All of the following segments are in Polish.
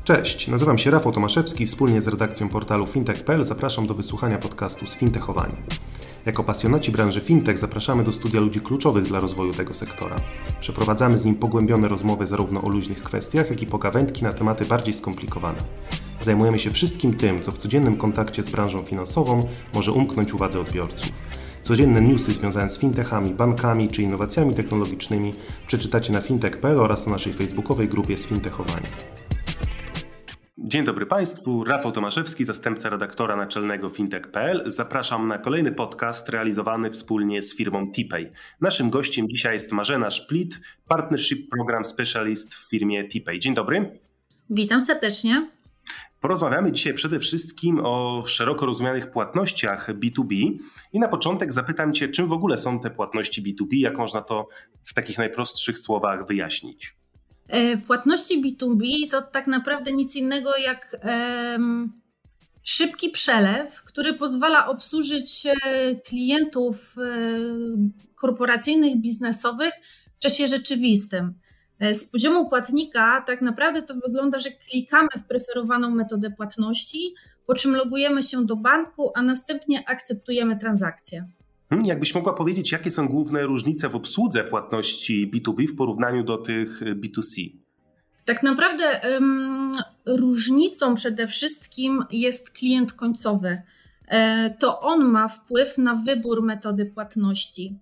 Cześć, nazywam się Rafał Tomaszewski i wspólnie z redakcją portalu fintech.pl zapraszam do wysłuchania podcastu Sfintechowani. Jako pasjonaci branży fintech zapraszamy do studia ludzi kluczowych dla rozwoju tego sektora. Przeprowadzamy z nim pogłębione rozmowy zarówno o luźnych kwestiach, jak i pogawędki na tematy bardziej skomplikowane. Zajmujemy się wszystkim tym, co w codziennym kontakcie z branżą finansową może umknąć uwadze odbiorców. Codzienne newsy związane z fintechami, bankami czy innowacjami technologicznymi przeczytacie na fintech.pl oraz na naszej facebookowej grupie Sfintechowani. Dzień dobry Państwu, Rafał Tomaszewski, zastępca redaktora naczelnego fintech.pl. Zapraszam na kolejny podcast realizowany wspólnie z firmą TPay. Naszym gościem dzisiaj jest Marzena Szplit, Partnership Program Specialist w firmie TPay. Dzień dobry. Witam serdecznie. Porozmawiamy dzisiaj przede wszystkim o szeroko rozumianych płatnościach B2B i na początek zapytam Cię, czym w ogóle są te płatności B2B, jak można to w takich najprostszych słowach wyjaśnić? Płatności B2B to tak naprawdę nic innego jak szybki przelew, który pozwala obsłużyć klientów korporacyjnych, biznesowych w czasie rzeczywistym. Z poziomu płatnika tak naprawdę to wygląda, że klikamy w preferowaną metodę płatności, po czym logujemy się do banku, a następnie akceptujemy transakcję. Jakbyś mogła powiedzieć, jakie są główne różnice w obsłudze płatności B2B w porównaniu do tych B2C? Tak naprawdę różnicą przede wszystkim jest klient końcowy. To on ma wpływ na wybór metody płatności.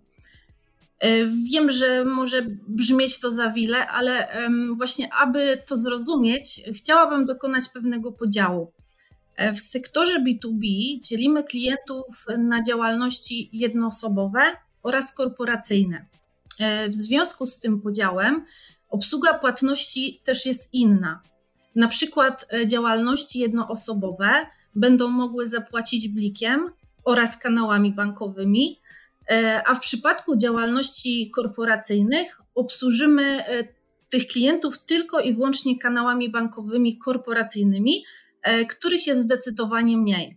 Wiem, że może brzmieć to za wiele, ale właśnie aby to zrozumieć, chciałabym dokonać pewnego podziału. W sektorze B2B dzielimy klientów na działalności jednoosobowe oraz korporacyjne. W związku z tym podziałem obsługa płatności też jest inna. Na przykład działalności jednoosobowe będą mogły zapłacić blikiem oraz kanałami bankowymi, a w przypadku działalności korporacyjnych obsłużymy tych klientów tylko i wyłącznie kanałami bankowymi korporacyjnymi, których jest zdecydowanie mniej.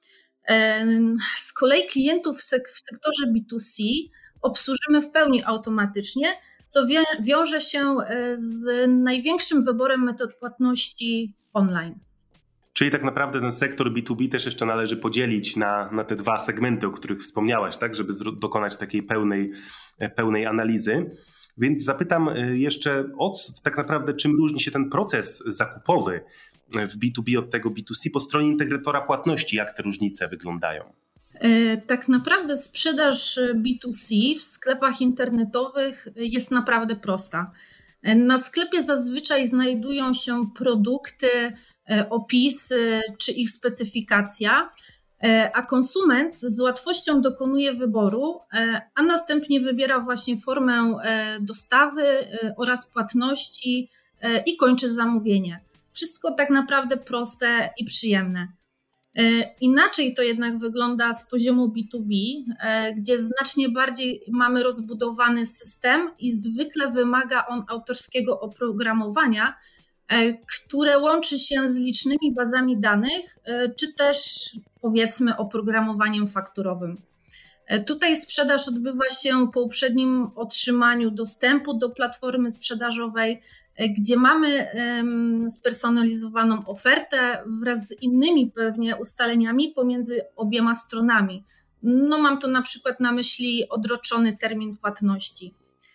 Z kolei klientów w sektorze B2C obsłużymy w pełni automatycznie, co wiąże się z największym wyborem metod płatności online. Czyli tak naprawdę ten sektor B2B też jeszcze należy podzielić na te dwa segmenty, o których wspomniałaś, tak, żeby dokonać takiej pełnej analizy. Więc zapytam jeszcze, tak naprawdę czym różni się ten proces zakupowy w B2B od tego B2C po stronie integratora płatności, jak te różnice wyglądają? Tak naprawdę sprzedaż B2C w sklepach internetowych jest naprawdę prosta. Na sklepie zazwyczaj znajdują się produkty, opisy czy ich specyfikacja, a konsument z łatwością dokonuje wyboru, a następnie wybiera właśnie formę dostawy oraz płatności i kończy zamówienie. Wszystko tak naprawdę proste i przyjemne. Inaczej to jednak wygląda z poziomu B2B, gdzie znacznie bardziej mamy rozbudowany system i zwykle wymaga on autorskiego oprogramowania, które łączy się z licznymi bazami danych, czy też powiedzmy oprogramowaniem fakturowym. Tutaj sprzedaż odbywa się po uprzednim otrzymaniu dostępu do platformy sprzedażowej, gdzie mamy spersonalizowaną ofertę wraz z innymi pewnie ustaleniami pomiędzy obiema stronami. Mam tu na przykład na myśli odroczony termin płatności.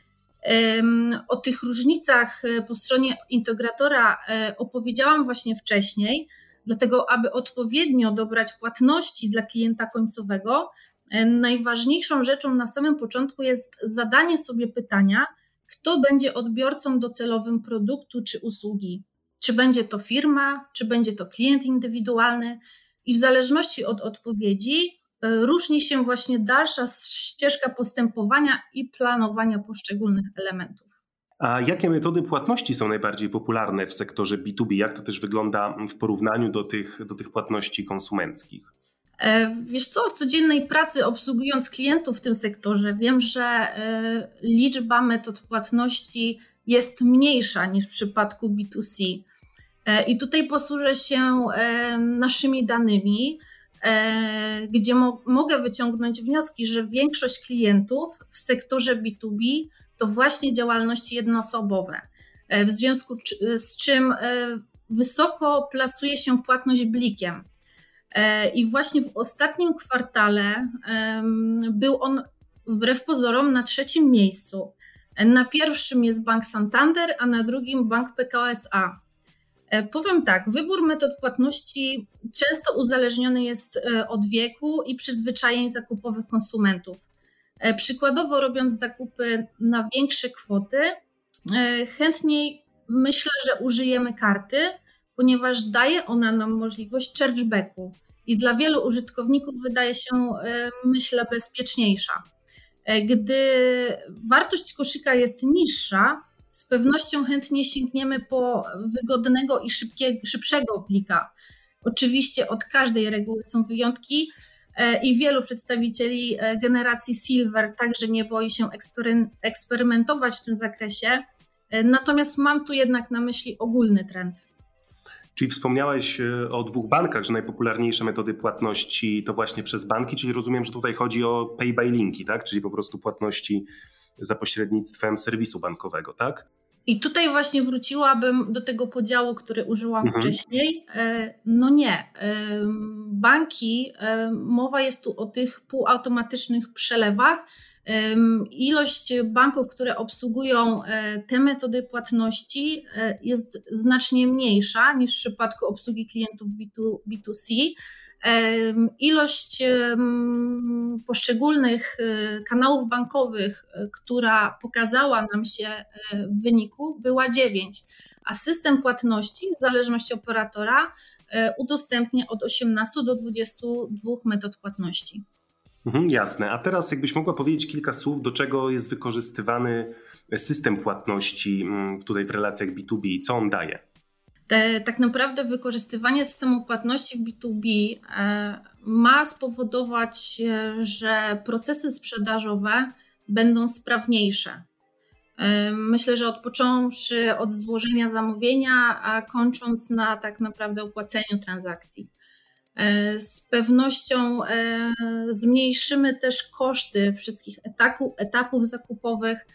O tych różnicach po stronie integratora opowiedziałam właśnie wcześniej, dlatego aby odpowiednio dobrać płatności dla klienta końcowego, najważniejszą rzeczą na samym początku jest zadanie sobie pytania, kto będzie odbiorcą docelowym produktu czy usługi. Czy będzie to firma, czy będzie to klient indywidualny i w zależności od odpowiedzi różni się właśnie dalsza ścieżka postępowania i planowania poszczególnych elementów. A jakie metody płatności są najbardziej popularne w sektorze B2B? Jak to też wygląda w porównaniu do tych płatności konsumenckich? Wiesz co, w codziennej pracy obsługując klientów w tym sektorze wiem, że liczba metod płatności jest mniejsza niż w przypadku B2C. I tutaj posłużę się naszymi danymi, gdzie mogę wyciągnąć wnioski, że większość klientów w sektorze B2B to właśnie działalności jednoosobowe, w związku z czym wysoko plasuje się płatność blikiem. I właśnie w ostatnim kwartale był on wbrew pozorom na 3. miejscu. Na pierwszym jest Bank Santander, a na drugim Bank Pekao S.A. Powiem tak, wybór metod płatności często uzależniony jest od wieku i przyzwyczajeń zakupowych konsumentów. Przykładowo, robiąc zakupy na większe kwoty, chętniej myślę, że użyjemy karty, ponieważ daje ona nam możliwość chargebacku i dla wielu użytkowników wydaje się, myślę, bezpieczniejsza. Gdy wartość koszyka jest niższa, z pewnością chętnie sięgniemy po wygodnego i szybszego plika. Oczywiście od każdej reguły są wyjątki i wielu przedstawicieli generacji Silver także nie boi się eksperymentować w tym zakresie. Natomiast mam tu jednak na myśli ogólny trend. Czyli wspomniałeś o 2 bankach, że najpopularniejsze metody płatności to właśnie przez banki, czyli rozumiem, że tutaj chodzi o pay by linki, tak? Czyli po prostu płatności za pośrednictwem serwisu bankowego, tak? I tutaj właśnie wróciłabym do tego podziału, który użyłam wcześniej. No nie, banki, mowa jest tu o tych półautomatycznych przelewach. Ilość banków, które obsługują te metody płatności jest znacznie mniejsza niż w przypadku obsługi klientów B2C. Ilość poszczególnych kanałów bankowych, która pokazała nam się w wyniku, była 9, a system płatności w zależności od operatora udostępnia od 18 do 22 metod płatności. Jasne. A teraz jakbyś mogła powiedzieć kilka słów, do czego jest wykorzystywany system płatności tutaj w relacjach B2B i co on daje? Tak naprawdę wykorzystywanie systemu płatności w B2B ma spowodować, że procesy sprzedażowe będą sprawniejsze. Myślę, że odpocząwszy od złożenia zamówienia, a kończąc na tak naprawdę opłaceniu transakcji. Z pewnością zmniejszymy też koszty wszystkich etapów zakupowych,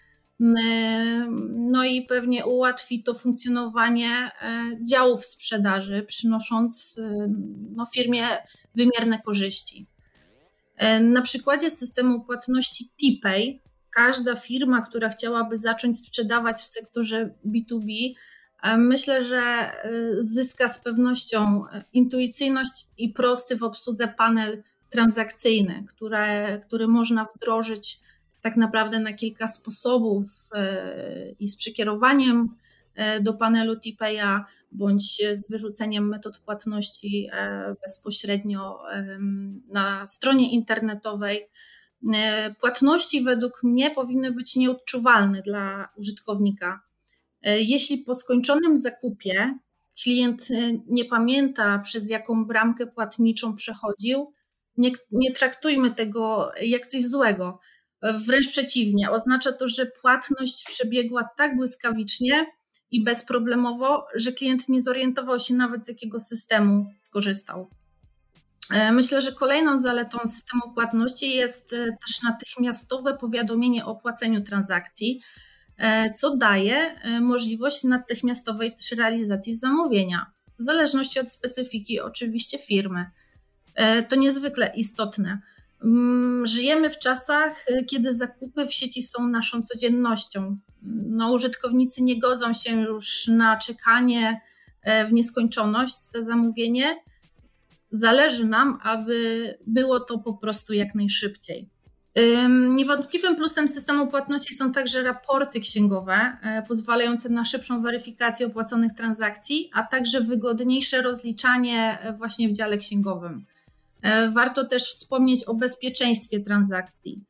no i pewnie ułatwi to funkcjonowanie działów sprzedaży, przynosząc firmie wymierne korzyści. Na przykładzie systemu płatności TPay każda firma, która chciałaby zacząć sprzedawać w sektorze B2B, myślę, że zyska z pewnością intuicyjność i prosty w obsłudze panel transakcyjny, który można wdrożyć tak naprawdę na kilka sposobów i z przekierowaniem do panelu TPaya bądź z wyrzuceniem metod płatności bezpośrednio na stronie internetowej. Płatności według mnie powinny być nieodczuwalne dla użytkownika. Jeśli po skończonym zakupie klient nie pamięta, przez jaką bramkę płatniczą przechodził, nie traktujmy tego jak coś złego. Wręcz przeciwnie, oznacza to, że płatność przebiegła tak błyskawicznie i bezproblemowo, że klient nie zorientował się nawet, z jakiego systemu skorzystał. Myślę, że kolejną zaletą systemu płatności jest też natychmiastowe powiadomienie o opłaceniu transakcji, co daje możliwość natychmiastowej też realizacji zamówienia, w zależności od specyfiki oczywiście firmy. To niezwykle istotne. Żyjemy w czasach, kiedy zakupy w sieci są naszą codziennością. Użytkownicy nie godzą się już na czekanie w nieskończoność za zamówienie. Zależy nam, aby było to po prostu jak najszybciej. Niewątpliwym plusem systemu płatności są także raporty księgowe pozwalające na szybszą weryfikację opłaconych transakcji, a także wygodniejsze rozliczanie właśnie w dziale księgowym. Warto też wspomnieć o bezpieczeństwie transakcji.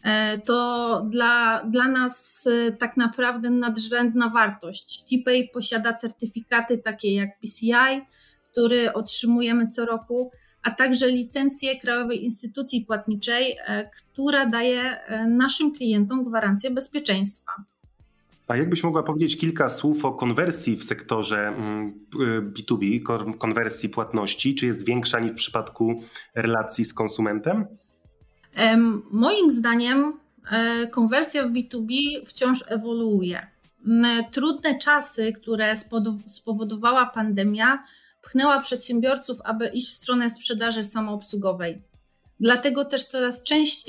To dla nas tak naprawdę nadrzędna wartość. TPay posiada certyfikaty takie jak PCI, który otrzymujemy co roku, a także licencję Krajowej Instytucji Płatniczej, która daje naszym klientom gwarancję bezpieczeństwa. A jakbyś mogła powiedzieć kilka słów o konwersji w sektorze B2B, konwersji płatności? Czy jest większa niż w przypadku relacji z konsumentem? Moim zdaniem konwersja w B2B wciąż ewoluuje. Trudne czasy, które spowodowała pandemia, pchnęła przedsiębiorców, aby iść w stronę sprzedaży samoobsługowej. Dlatego też coraz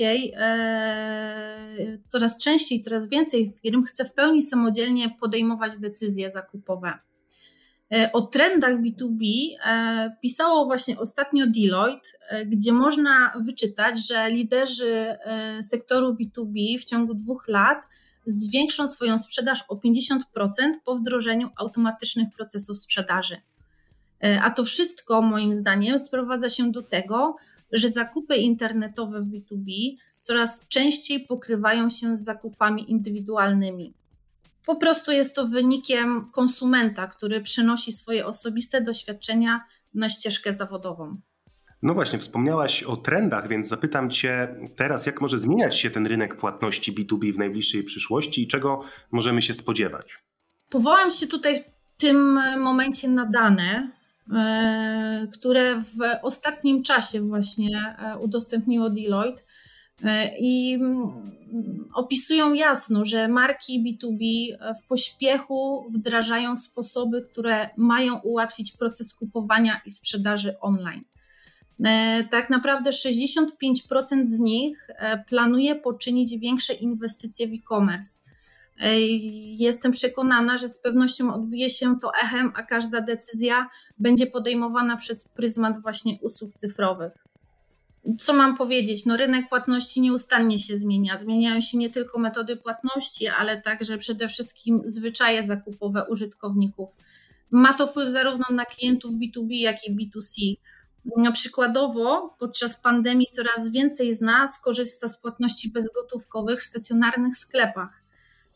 więcej firm chce w pełni samodzielnie podejmować decyzje zakupowe. O trendach B2B pisało właśnie ostatnio Deloitte, gdzie można wyczytać, że liderzy sektoru B2B w ciągu 2 lat zwiększą swoją sprzedaż o 50% po wdrożeniu automatycznych procesów sprzedaży. A to wszystko moim zdaniem sprowadza się do tego, że zakupy internetowe w B2B coraz częściej pokrywają się z zakupami indywidualnymi. Po prostu jest to wynikiem konsumenta, który przenosi swoje osobiste doświadczenia na ścieżkę zawodową. No właśnie, wspomniałaś o trendach, więc zapytam Cię teraz, jak może zmieniać się ten rynek płatności B2B w najbliższej przyszłości i czego możemy się spodziewać? Powołam się tutaj w tym momencie na dane, które w ostatnim czasie właśnie udostępniło Deloitte i opisują jasno, że marki B2B w pośpiechu wdrażają sposoby, które mają ułatwić proces kupowania i sprzedaży online. Tak naprawdę 65% z nich planuje poczynić większe inwestycje w e-commerce. Jestem przekonana, że z pewnością odbije się to echem, a każda decyzja będzie podejmowana przez pryzmat właśnie usług cyfrowych. Co mam powiedzieć? Rynek płatności nieustannie się zmienia. Zmieniają się nie tylko metody płatności, ale także przede wszystkim zwyczaje zakupowe użytkowników. Ma to wpływ zarówno na klientów B2B, jak i B2C. Przykładowo, podczas pandemii coraz więcej z nas korzysta z płatności bezgotówkowych w stacjonarnych sklepach.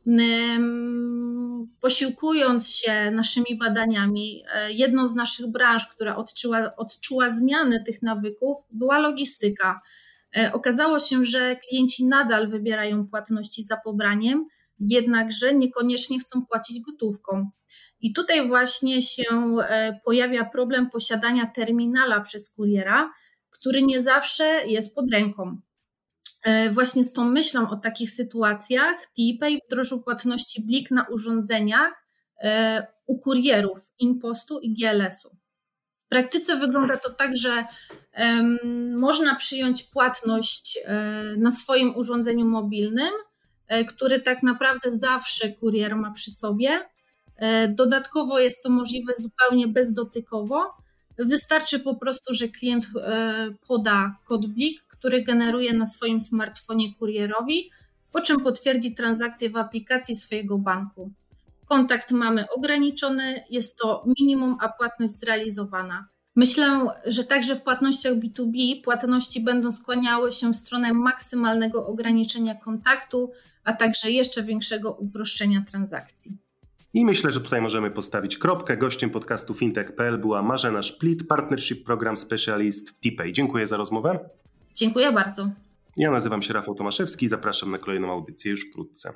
Posiłkując się naszymi badaniami, jedną z naszych branż, która odczuła zmianę tych nawyków, była logistyka. Okazało się, że klienci nadal wybierają płatności za pobraniem, jednakże niekoniecznie chcą płacić gotówką. I tutaj właśnie się pojawia problem posiadania terminala przez kuriera, który nie zawsze jest pod ręką. Właśnie z tą myślą o takich sytuacjach TPay wdrożył płatności Blik na urządzeniach u kurierów InPostu i GLS-u. W praktyce wygląda to tak, że można przyjąć płatność na swoim urządzeniu mobilnym, który tak naprawdę zawsze kurier ma przy sobie. Dodatkowo jest to możliwe zupełnie bezdotykowo. Wystarczy po prostu, że klient poda kod Blik, który generuje na swoim smartfonie kurierowi, po czym potwierdzi transakcję w aplikacji swojego banku. Kontakt mamy ograniczony, jest to minimum, a płatność zrealizowana. Myślę, że także w płatnościach B2B płatności będą skłaniały się w stronę maksymalnego ograniczenia kontaktu, a także jeszcze większego uproszczenia transakcji. I myślę, że tutaj możemy postawić kropkę. Gościem podcastu fintech.pl była Marzena Szplit, Partnership Program Specialist w TPay. Dziękuję za rozmowę. Dziękuję bardzo. Ja nazywam się Rafał Tomaszewski i zapraszam na kolejną audycję już wkrótce.